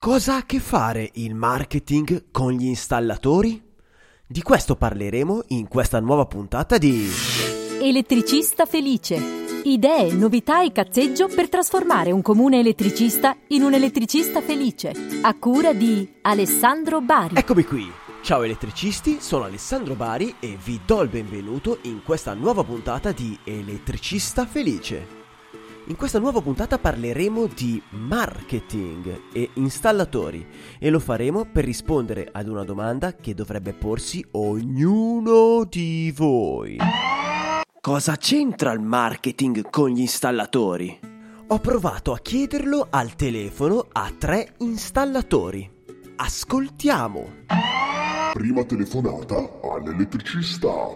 Cosa ha a che fare il marketing con gli installatori? Di questo parleremo in questa nuova puntata di Elettricista felice. Idee, novità e cazzeggio per trasformare un comune elettricista in un elettricista felice. A cura di Alessandro Bari. Eccomi qui. Ciao elettricisti, sono Alessandro Bari e vi do il benvenuto in questa nuova puntata di Elettricista felice. In questa nuova puntata parleremo di marketing e installatori e lo faremo per rispondere ad una domanda che dovrebbe porsi ognuno di voi. Cosa c'entra il marketing con gli installatori? Ho provato a chiederlo al telefono a 3 installatori. Ascoltiamo. Prima telefonata all'elettricista.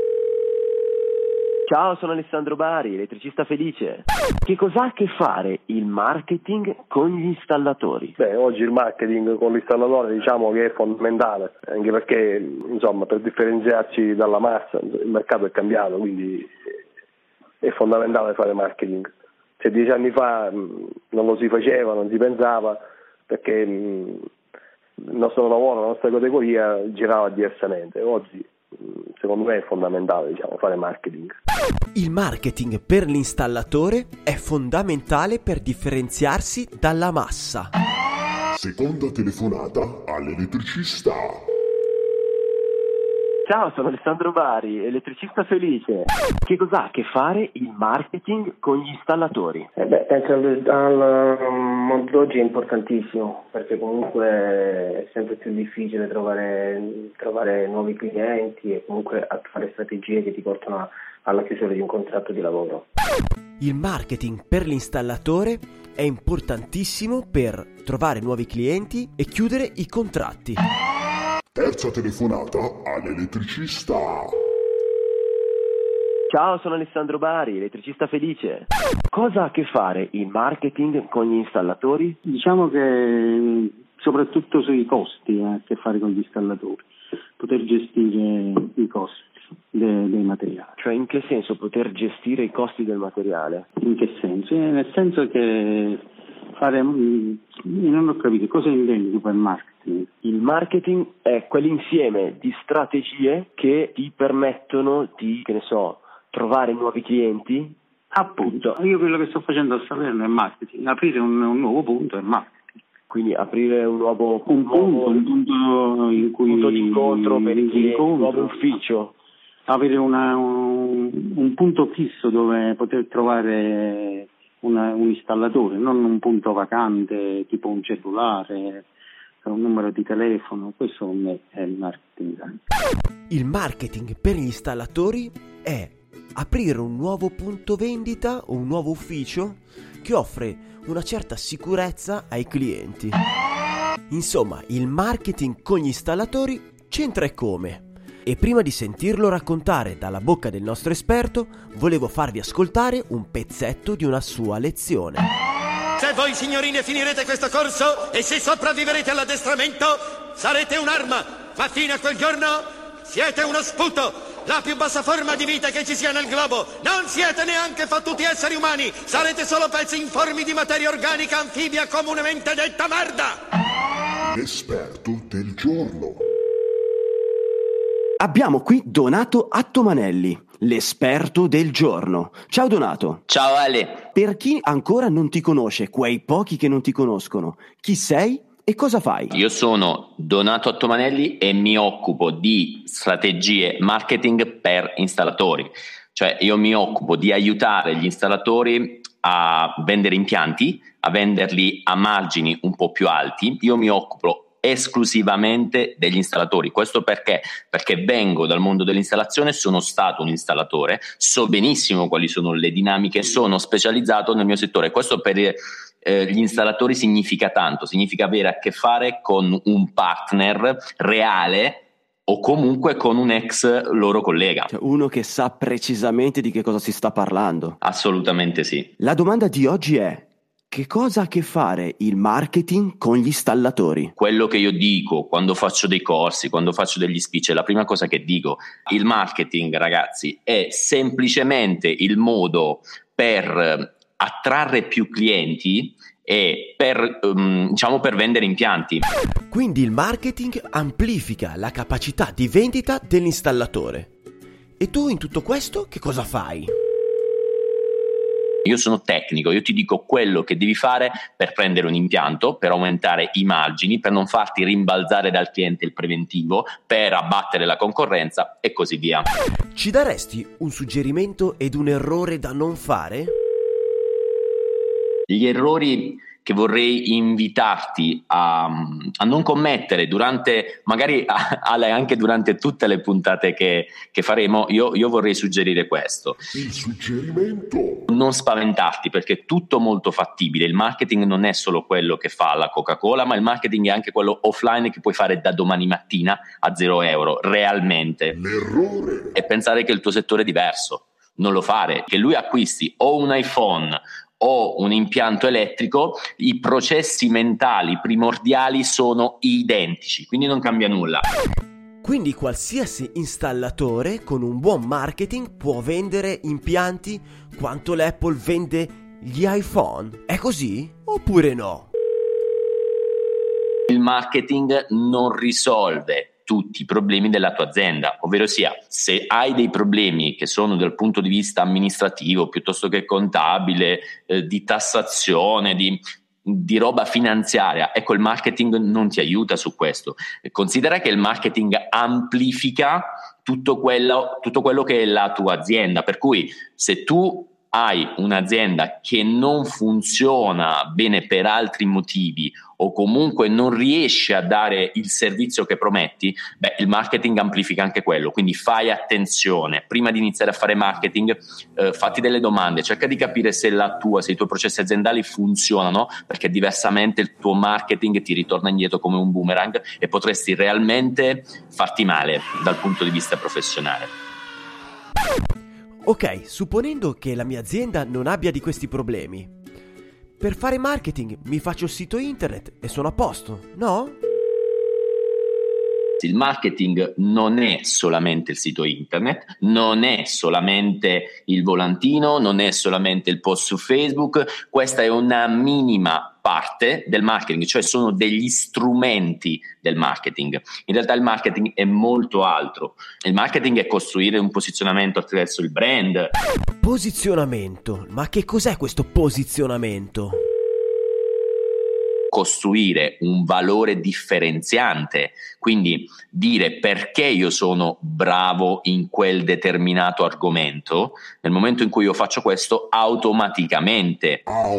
Ciao, sono Alessandro Bari, elettricista felice. Che cosa ha a che fare il marketing con gli installatori? Beh, oggi il marketing con l'installatore diciamo che è fondamentale, anche perché insomma per differenziarci dalla massa il mercato è cambiato, quindi è fondamentale fare marketing. Se 10 anni fa non lo si faceva, non si pensava, perché il nostro lavoro, la nostra categoria girava diversamente. Oggi secondo me è fondamentale fare marketing. Il marketing per l'installatore è fondamentale per differenziarsi dalla massa. Seconda telefonata all'elettricista. Ciao, sono Alessandro Bari, elettricista felice. Che cosa ha a che fare il marketing con gli installatori? Penso al mondo d'oggi è importantissimo, perché comunque è sempre più difficile trovare nuovi clienti e comunque a fare strategie che ti portano alla chiusura di un contratto di lavoro. Il marketing per l'installatore è importantissimo per trovare nuovi clienti e chiudere i contratti. Terza telefonata all'elettricista. Ciao, sono Alessandro Bari, elettricista felice. Cosa ha a che fare il marketing con gli installatori? Diciamo che soprattutto sui costi ha a che fare con gli installatori, poter gestire i costi dei materiali. Cioè, in che senso poter gestire i costi del materiale? In che senso? Nel senso che non ho capito cosa intendi tu per marketing. Il marketing è quell'insieme di strategie che ti permettono di, trovare nuovi clienti. Appunto, io quello che sto facendo a Salerno è marketing, aprire un nuovo punto è marketing. Quindi aprire un punto in cui punto di incontro per i clienti, un nuovo ufficio. Avere un punto fisso dove poter trovare un installatore, non un punto vacante tipo un cellulare, un numero di telefono. Questo per me è il marketing. Il marketing per gli installatori è aprire un nuovo punto vendita o un nuovo ufficio che offre una certa sicurezza ai clienti. Insomma, il marketing con gli installatori c'entra e come. E prima di sentirlo raccontare dalla bocca del nostro esperto, volevo farvi ascoltare un pezzetto di una sua lezione. Se voi signorine finirete questo corso e se sopravviverete all'addestramento, sarete un'arma, ma fino a quel giorno siete uno sputo, la più bassa forma di vita che ci sia nel globo. Non siete neanche fottuti esseri umani, sarete solo pezzi informi di materia organica anfibia comunemente detta merda. L'esperto del giorno. Abbiamo qui Donato Attomanelli, l'esperto del giorno. Ciao Donato. Ciao Ale. Per chi ancora non ti conosce, quei pochi che non ti conoscono, chi sei e cosa fai? Io sono Donato Attomanelli e mi occupo di strategie marketing per installatori. Cioè io mi occupo di aiutare gli installatori a vendere impianti, a venderli a margini un po' più alti. Io mi occupo esclusivamente degli installatori. Questo perché vengo dal mondo dell'installazione, sono stato un installatore, so benissimo quali sono le dinamiche, sono specializzato nel mio settore. Questo per gli installatori significa tanto, significa avere a che fare con un partner reale o comunque con un ex loro collega. Cioè uno che sa precisamente di che cosa si sta parlando. Assolutamente sì. La domanda di oggi è: che cosa ha a che fare il marketing con gli installatori? Quello che io dico quando faccio dei corsi, quando faccio degli speech, è la prima cosa che dico. Il marketing, ragazzi, è semplicemente il modo per attrarre più clienti e per vendere impianti. Quindi il marketing amplifica la capacità di vendita dell'installatore. E tu in tutto questo che cosa fai? Io sono tecnico, io ti dico quello che devi fare per prendere un impianto, per aumentare i margini, per non farti rimbalzare dal cliente il preventivo, per abbattere la concorrenza e così via. Ci daresti un suggerimento ed un errore da non fare? Gli errori che vorrei invitarti a non commettere durante, magari anche durante tutte le puntate che faremo, io vorrei suggerire questo. Il suggerimento: non spaventarti, perché è tutto molto fattibile. Il marketing non è solo quello che fa la Coca-Cola, ma il marketing è anche quello offline che puoi fare da domani mattina a 0 euro, realmente. L'errore E pensare che il tuo settore è diverso. Non lo fare, che lui acquisti o un iPhone o un impianto elettrico, i processi mentali primordiali sono identici, quindi non cambia nulla. Quindi qualsiasi installatore con un buon marketing può vendere impianti quanto l'Apple vende gli iPhone. È così? Oppure no? Il marketing non risolve tutti i problemi della tua azienda, ovvero sia, se hai dei problemi che sono dal punto di vista amministrativo piuttosto che contabile, di tassazione, di roba finanziaria, ecco, il marketing non ti aiuta su questo. Considera che il marketing amplifica tutto quello che è la tua azienda, per cui se tu hai un'azienda che non funziona bene per altri motivi o comunque non riesce a dare il servizio che prometti, il marketing amplifica anche quello. Quindi fai attenzione, prima di iniziare a fare marketing, fatti delle domande, cerca di capire se i tuoi processi aziendali funzionano, perché diversamente il tuo marketing ti ritorna indietro come un boomerang e potresti realmente farti male dal punto di vista professionale. Ok, supponendo che la mia azienda non abbia di questi problemi, per fare marketing mi faccio il sito internet e sono a posto, no? Il marketing non è solamente il sito internet, non è solamente il volantino, non è solamente il post su Facebook, questa è una minima parte del marketing, cioè sono degli strumenti del marketing. In realtà il marketing è molto altro. Il marketing è costruire un posizionamento attraverso il brand. Posizionamento? Ma che cos'è questo posizionamento? Costruire un valore differenziante, quindi dire perché io sono bravo in quel determinato argomento. Nel momento in cui io faccio questo, automaticamente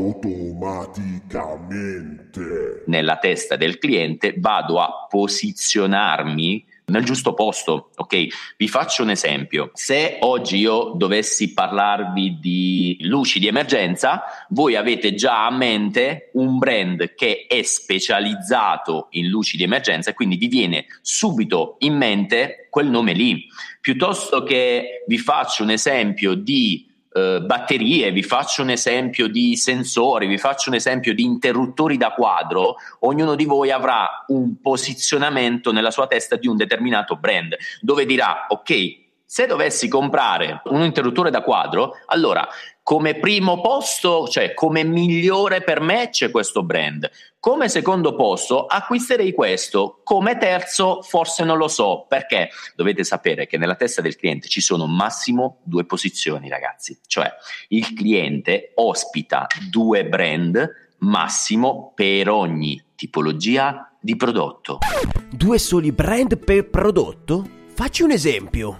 nella testa del cliente vado a posizionarmi nel giusto posto, ok? Vi faccio un esempio. Se oggi io dovessi parlarvi di luci di emergenza, voi avete già a mente un brand che è specializzato in luci di emergenza e quindi vi viene subito in mente quel nome lì. Piuttosto che vi faccio un esempio di batterie, vi faccio un esempio di sensori, vi faccio un esempio di interruttori da quadro, ognuno di voi avrà un posizionamento nella sua testa di un determinato brand, dove dirà: ok, se dovessi comprare un interruttore da quadro, allora come primo posto, cioè come migliore per me, c'è questo brand. Come secondo posto acquisterei questo, come terzo forse non lo so, perché dovete sapere che nella testa del cliente ci sono massimo 2 posizioni, ragazzi, cioè il cliente ospita 2 brand massimo per ogni tipologia di prodotto. 2 soli brand per prodotto? Facci un esempio.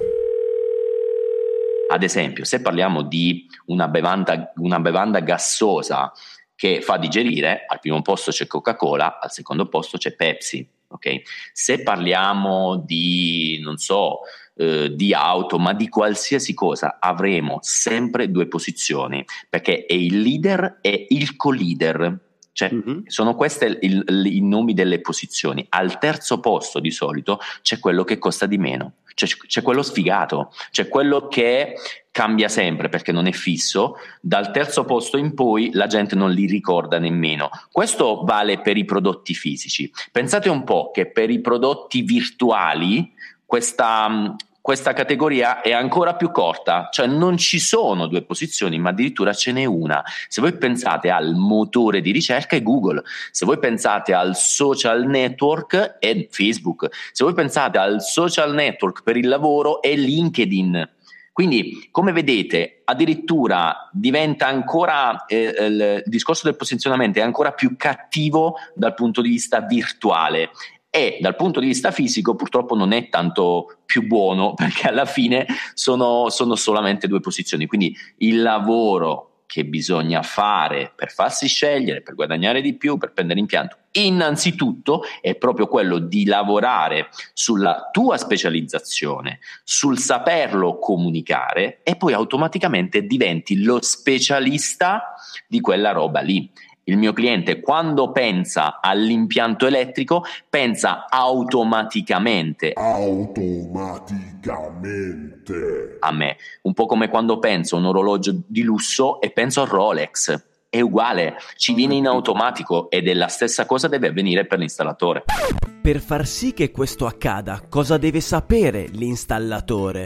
Ad esempio, se parliamo di una bevanda gassosa che fa digerire, al primo posto c'è Coca-Cola, al secondo posto c'è Pepsi, ok? Se parliamo di, non so, di auto, ma di qualsiasi cosa, avremo sempre 2 posizioni, perché è il leader e il co-leader. Cioè, sono questi i nomi delle posizioni. Al terzo posto di solito c'è quello che costa di meno, c'è quello sfigato, c'è quello che cambia sempre perché non è fisso. Dal terzo posto in poi la gente non li ricorda nemmeno. Questo vale per i prodotti fisici. Pensate un po' che per i prodotti virtuali questa questa categoria è ancora più corta, cioè non ci sono 2 posizioni, ma addirittura ce n'è una. Se voi pensate al motore di ricerca è Google, se voi pensate al social network è Facebook, se voi pensate al social network per il lavoro è LinkedIn. Quindi, come vedete, addirittura diventa ancora il discorso del posizionamento è ancora più cattivo dal punto di vista virtuale. E dal punto di vista fisico purtroppo non è tanto più buono, perché alla fine sono solamente 2 posizioni. Quindi il lavoro che bisogna fare per farsi scegliere, per guadagnare di più, per prendere impianto, innanzitutto è proprio quello di lavorare sulla tua specializzazione, sul saperlo comunicare, e poi automaticamente diventi lo specialista di quella roba lì. Il mio cliente, quando pensa all'impianto elettrico, pensa automaticamente a me, un po' come quando penso a un orologio di lusso e penso al Rolex. È uguale, ci viene in automatico, ed è la stessa cosa deve avvenire per l'installatore. Per far sì che questo accada, cosa deve sapere l'installatore?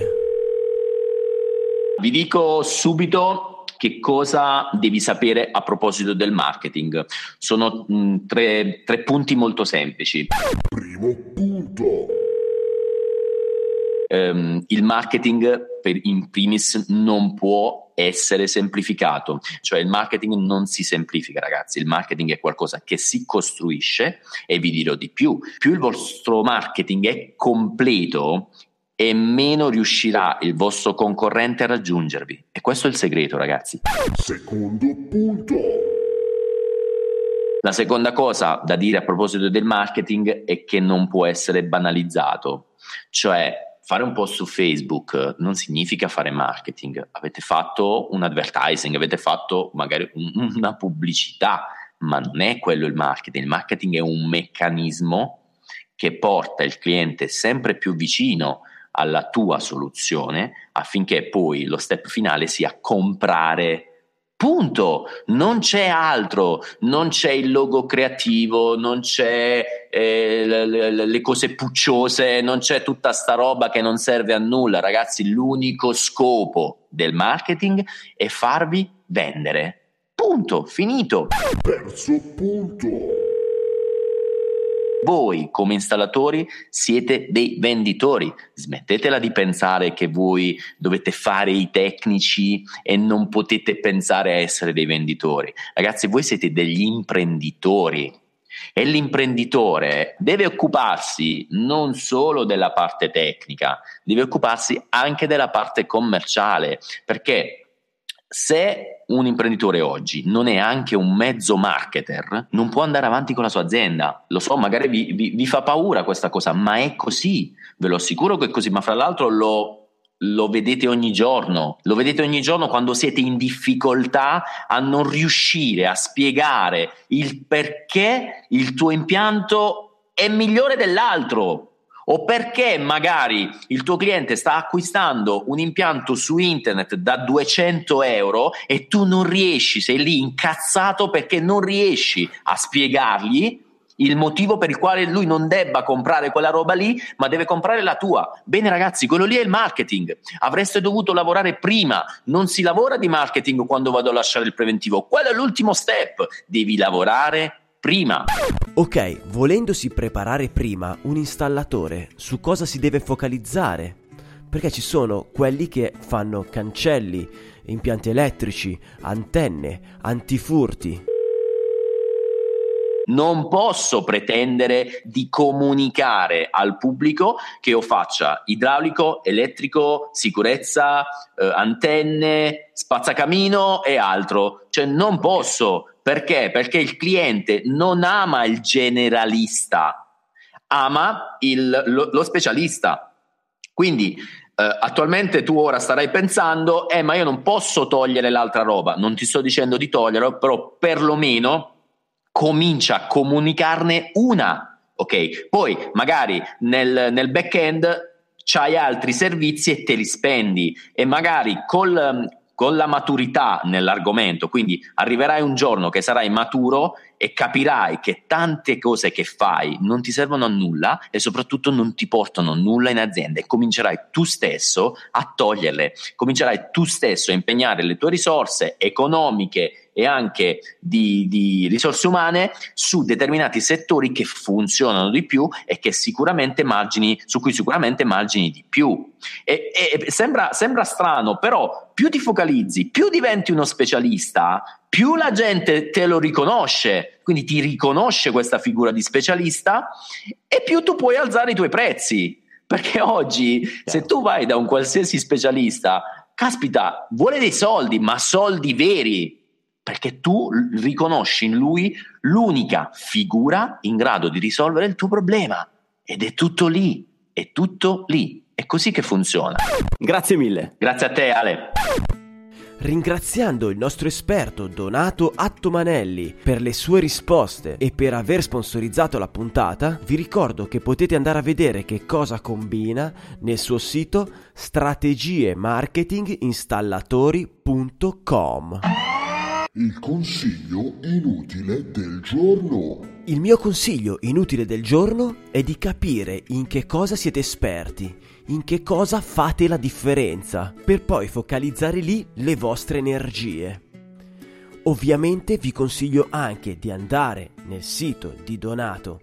Vi dico subito che cosa devi sapere a proposito del marketing. Sono 3 punti molto semplici. Primo punto. Il marketing in primis non può essere semplificato, cioè il marketing non si semplifica, ragazzi. Il marketing è qualcosa che si costruisce, e vi dirò di più il vostro marketing è completo e meno riuscirà il vostro concorrente a raggiungervi. E questo è il segreto, ragazzi. Secondo punto. La seconda cosa da dire a proposito del marketing è che non può essere banalizzato. Cioè, fare un post su Facebook non significa fare marketing. Avete fatto un advertising, avete fatto magari una pubblicità, ma non è quello il marketing. Il marketing è un meccanismo che porta il cliente sempre più vicino alla tua soluzione, affinché poi lo step finale sia comprare. Punto, non c'è altro, non c'è il logo creativo, non c'è le cose pucciose, non c'è tutta sta roba che non serve a nulla, ragazzi. L'unico scopo del marketing è farvi vendere. Punto, finito. Terzo punto. Voi come installatori siete dei venditori. Smettetela di pensare che voi dovete fare i tecnici e non potete pensare a essere dei venditori. Ragazzi, voi siete degli imprenditori, e l'imprenditore deve occuparsi non solo della parte tecnica, deve occuparsi anche della parte commerciale, perché se un imprenditore oggi non è anche un mezzo marketer, non può andare avanti con la sua azienda. Lo so, magari vi fa paura questa cosa, ma è così, ve lo assicuro che è così. Ma fra l'altro lo vedete ogni giorno, quando siete in difficoltà a non riuscire a spiegare il perché il tuo impianto è migliore dell'altro, o perché magari il tuo cliente sta acquistando un impianto su internet da 200 euro e tu non riesci, sei lì incazzato perché non riesci a spiegargli il motivo per il quale lui non debba comprare quella roba lì, ma deve comprare la tua. Bene, ragazzi, quello lì è il marketing. Avreste dovuto lavorare prima. Non si lavora di marketing quando vado a lasciare il preventivo. Quello è l'ultimo step. Devi lavorare prima. Ok, volendosi preparare prima, un installatore su cosa si deve focalizzare? Perché ci sono quelli che fanno cancelli, impianti elettrici, antenne, antifurti. Non posso pretendere di comunicare al pubblico che io faccia idraulico, elettrico, sicurezza, antenne, spazzacamino e altro. Cioè non posso. Perché? Perché il cliente non ama il generalista, ama lo specialista. Quindi attualmente tu ora starai pensando ma io non posso togliere l'altra roba. Non ti sto dicendo di toglierlo, però perlomeno comincia a comunicarne una, ok? Poi magari nel back-end c'hai altri servizi e te li spendi, e magari con la maturità nell'argomento, quindi arriverai un giorno che sarai maturo e capirai che tante cose che fai non ti servono a nulla e soprattutto non ti portano nulla in azienda, e comincerai tu stesso a toglierle, comincerai tu stesso a impegnare le tue risorse economiche e anche di risorse umane su determinati settori che funzionano di più e che sicuramente su cui sicuramente margini di più. E sembra strano, però più ti focalizzi, più diventi uno specialista, più la gente te lo riconosce, quindi ti riconosce questa figura di specialista, e più tu puoi alzare i tuoi prezzi, perché oggi se tu vai da un qualsiasi specialista, caspita, vuole dei soldi, ma soldi veri, perché tu riconosci in lui l'unica figura in grado di risolvere il tuo problema, ed è tutto lì, è così che funziona. Grazie mille. Grazie a te, Ale. Ringraziando il nostro esperto Donato Attomanelli per le sue risposte e per aver sponsorizzato la puntata, vi ricordo che potete andare a vedere che cosa combina nel suo sito strategiemarketinginstallatori.com. Il consiglio inutile del giorno. Il mio consiglio inutile del giorno è di capire in che cosa siete esperti, in che cosa fate la differenza, per poi focalizzare lì le vostre energie. Ovviamente vi consiglio anche di andare nel sito di Donato,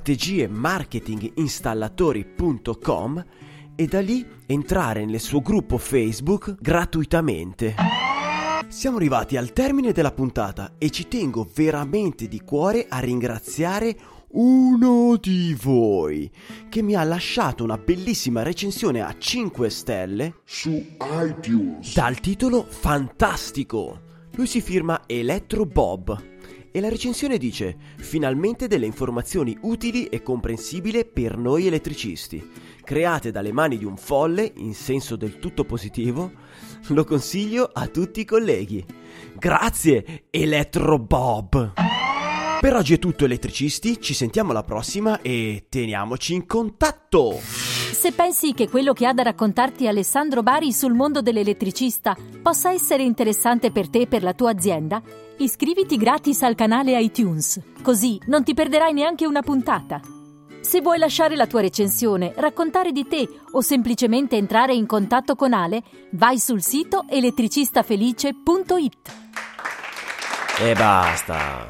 strategiemarketinginstallatori.com, e da lì entrare nel suo gruppo Facebook gratuitamente. Siamo arrivati al termine della puntata e ci tengo veramente di cuore a ringraziare uno di voi che mi ha lasciato una bellissima recensione a 5 stelle su iTunes dal titolo fantastico. Lui si firma Electro Bob e la recensione dice: finalmente delle informazioni utili e comprensibili per noi elettricisti, create dalle mani di un folle in senso del tutto positivo. Lo consiglio a tutti i colleghi. Grazie Electro Bob. Per oggi è tutto, elettricisti, ci sentiamo alla prossima e teniamoci in contatto. Se pensi che quello che ha da raccontarti Alessandro Bari sul mondo dell'elettricista possa essere interessante per te e per la tua azienda, iscriviti gratis al canale iTunes, così non ti perderai neanche una puntata. Se vuoi lasciare la tua recensione, raccontare di te o semplicemente entrare in contatto con Ale, vai sul sito elettricistafelice.it. E basta.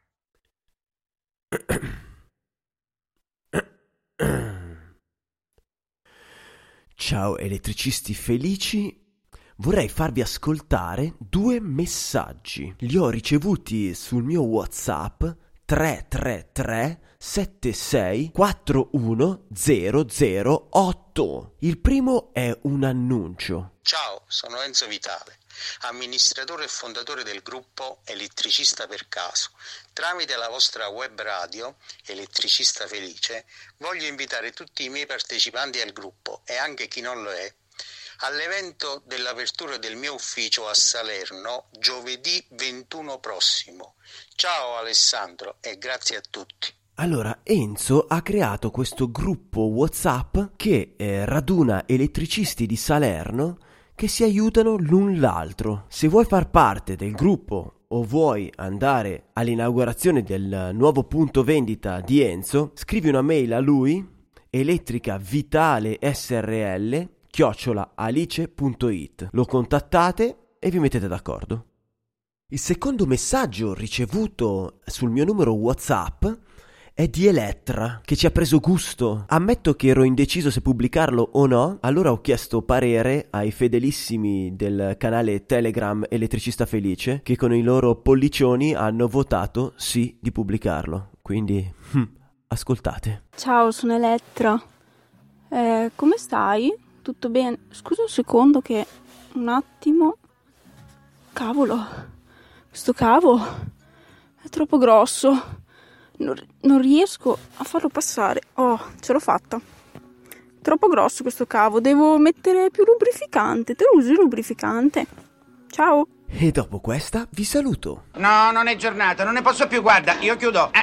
Ciao elettricisti felici, vorrei farvi ascoltare 2 messaggi. Li ho ricevuti sul mio WhatsApp 333 76 41 008. Il primo è un annuncio. Ciao, sono Enzo Vitale, amministratore e fondatore del gruppo Elettricista per Caso. Tramite la vostra web radio, Elettricista Felice, voglio invitare tutti i miei partecipanti al gruppo e anche chi non lo è all'evento dell'apertura del mio ufficio a Salerno giovedì 21 prossimo. Ciao Alessandro e grazie a tutti. Allora, Enzo ha creato questo gruppo WhatsApp che raduna elettricisti di Salerno che si aiutano l'un l'altro. Se vuoi far parte del gruppo o vuoi andare all'inaugurazione del nuovo punto vendita di Enzo, scrivi una mail a lui, elettricavitale@alice.it. Lo contattate e vi mettete d'accordo. Il secondo messaggio ricevuto sul mio numero WhatsApp è di Elettra, che ci ha preso gusto. Ammetto che ero indeciso se pubblicarlo o no, allora ho chiesto parere ai fedelissimi del canale Telegram Elettricista Felice, che con i loro pollicioni hanno votato sì di pubblicarlo. Quindi, ascoltate. Ciao, sono Elettra. Come stai? Tutto bene? Scusa un secondo che... Un attimo... Cavolo, questo cavo è troppo grosso. Non riesco a farlo passare. Oh, ce l'ho fatta. Troppo grosso questo cavo. Devo mettere più lubrificante. Te lo usi il lubrificante? Ciao. E dopo questa vi saluto. No, non è giornata, non ne posso più, guarda, io chiudo.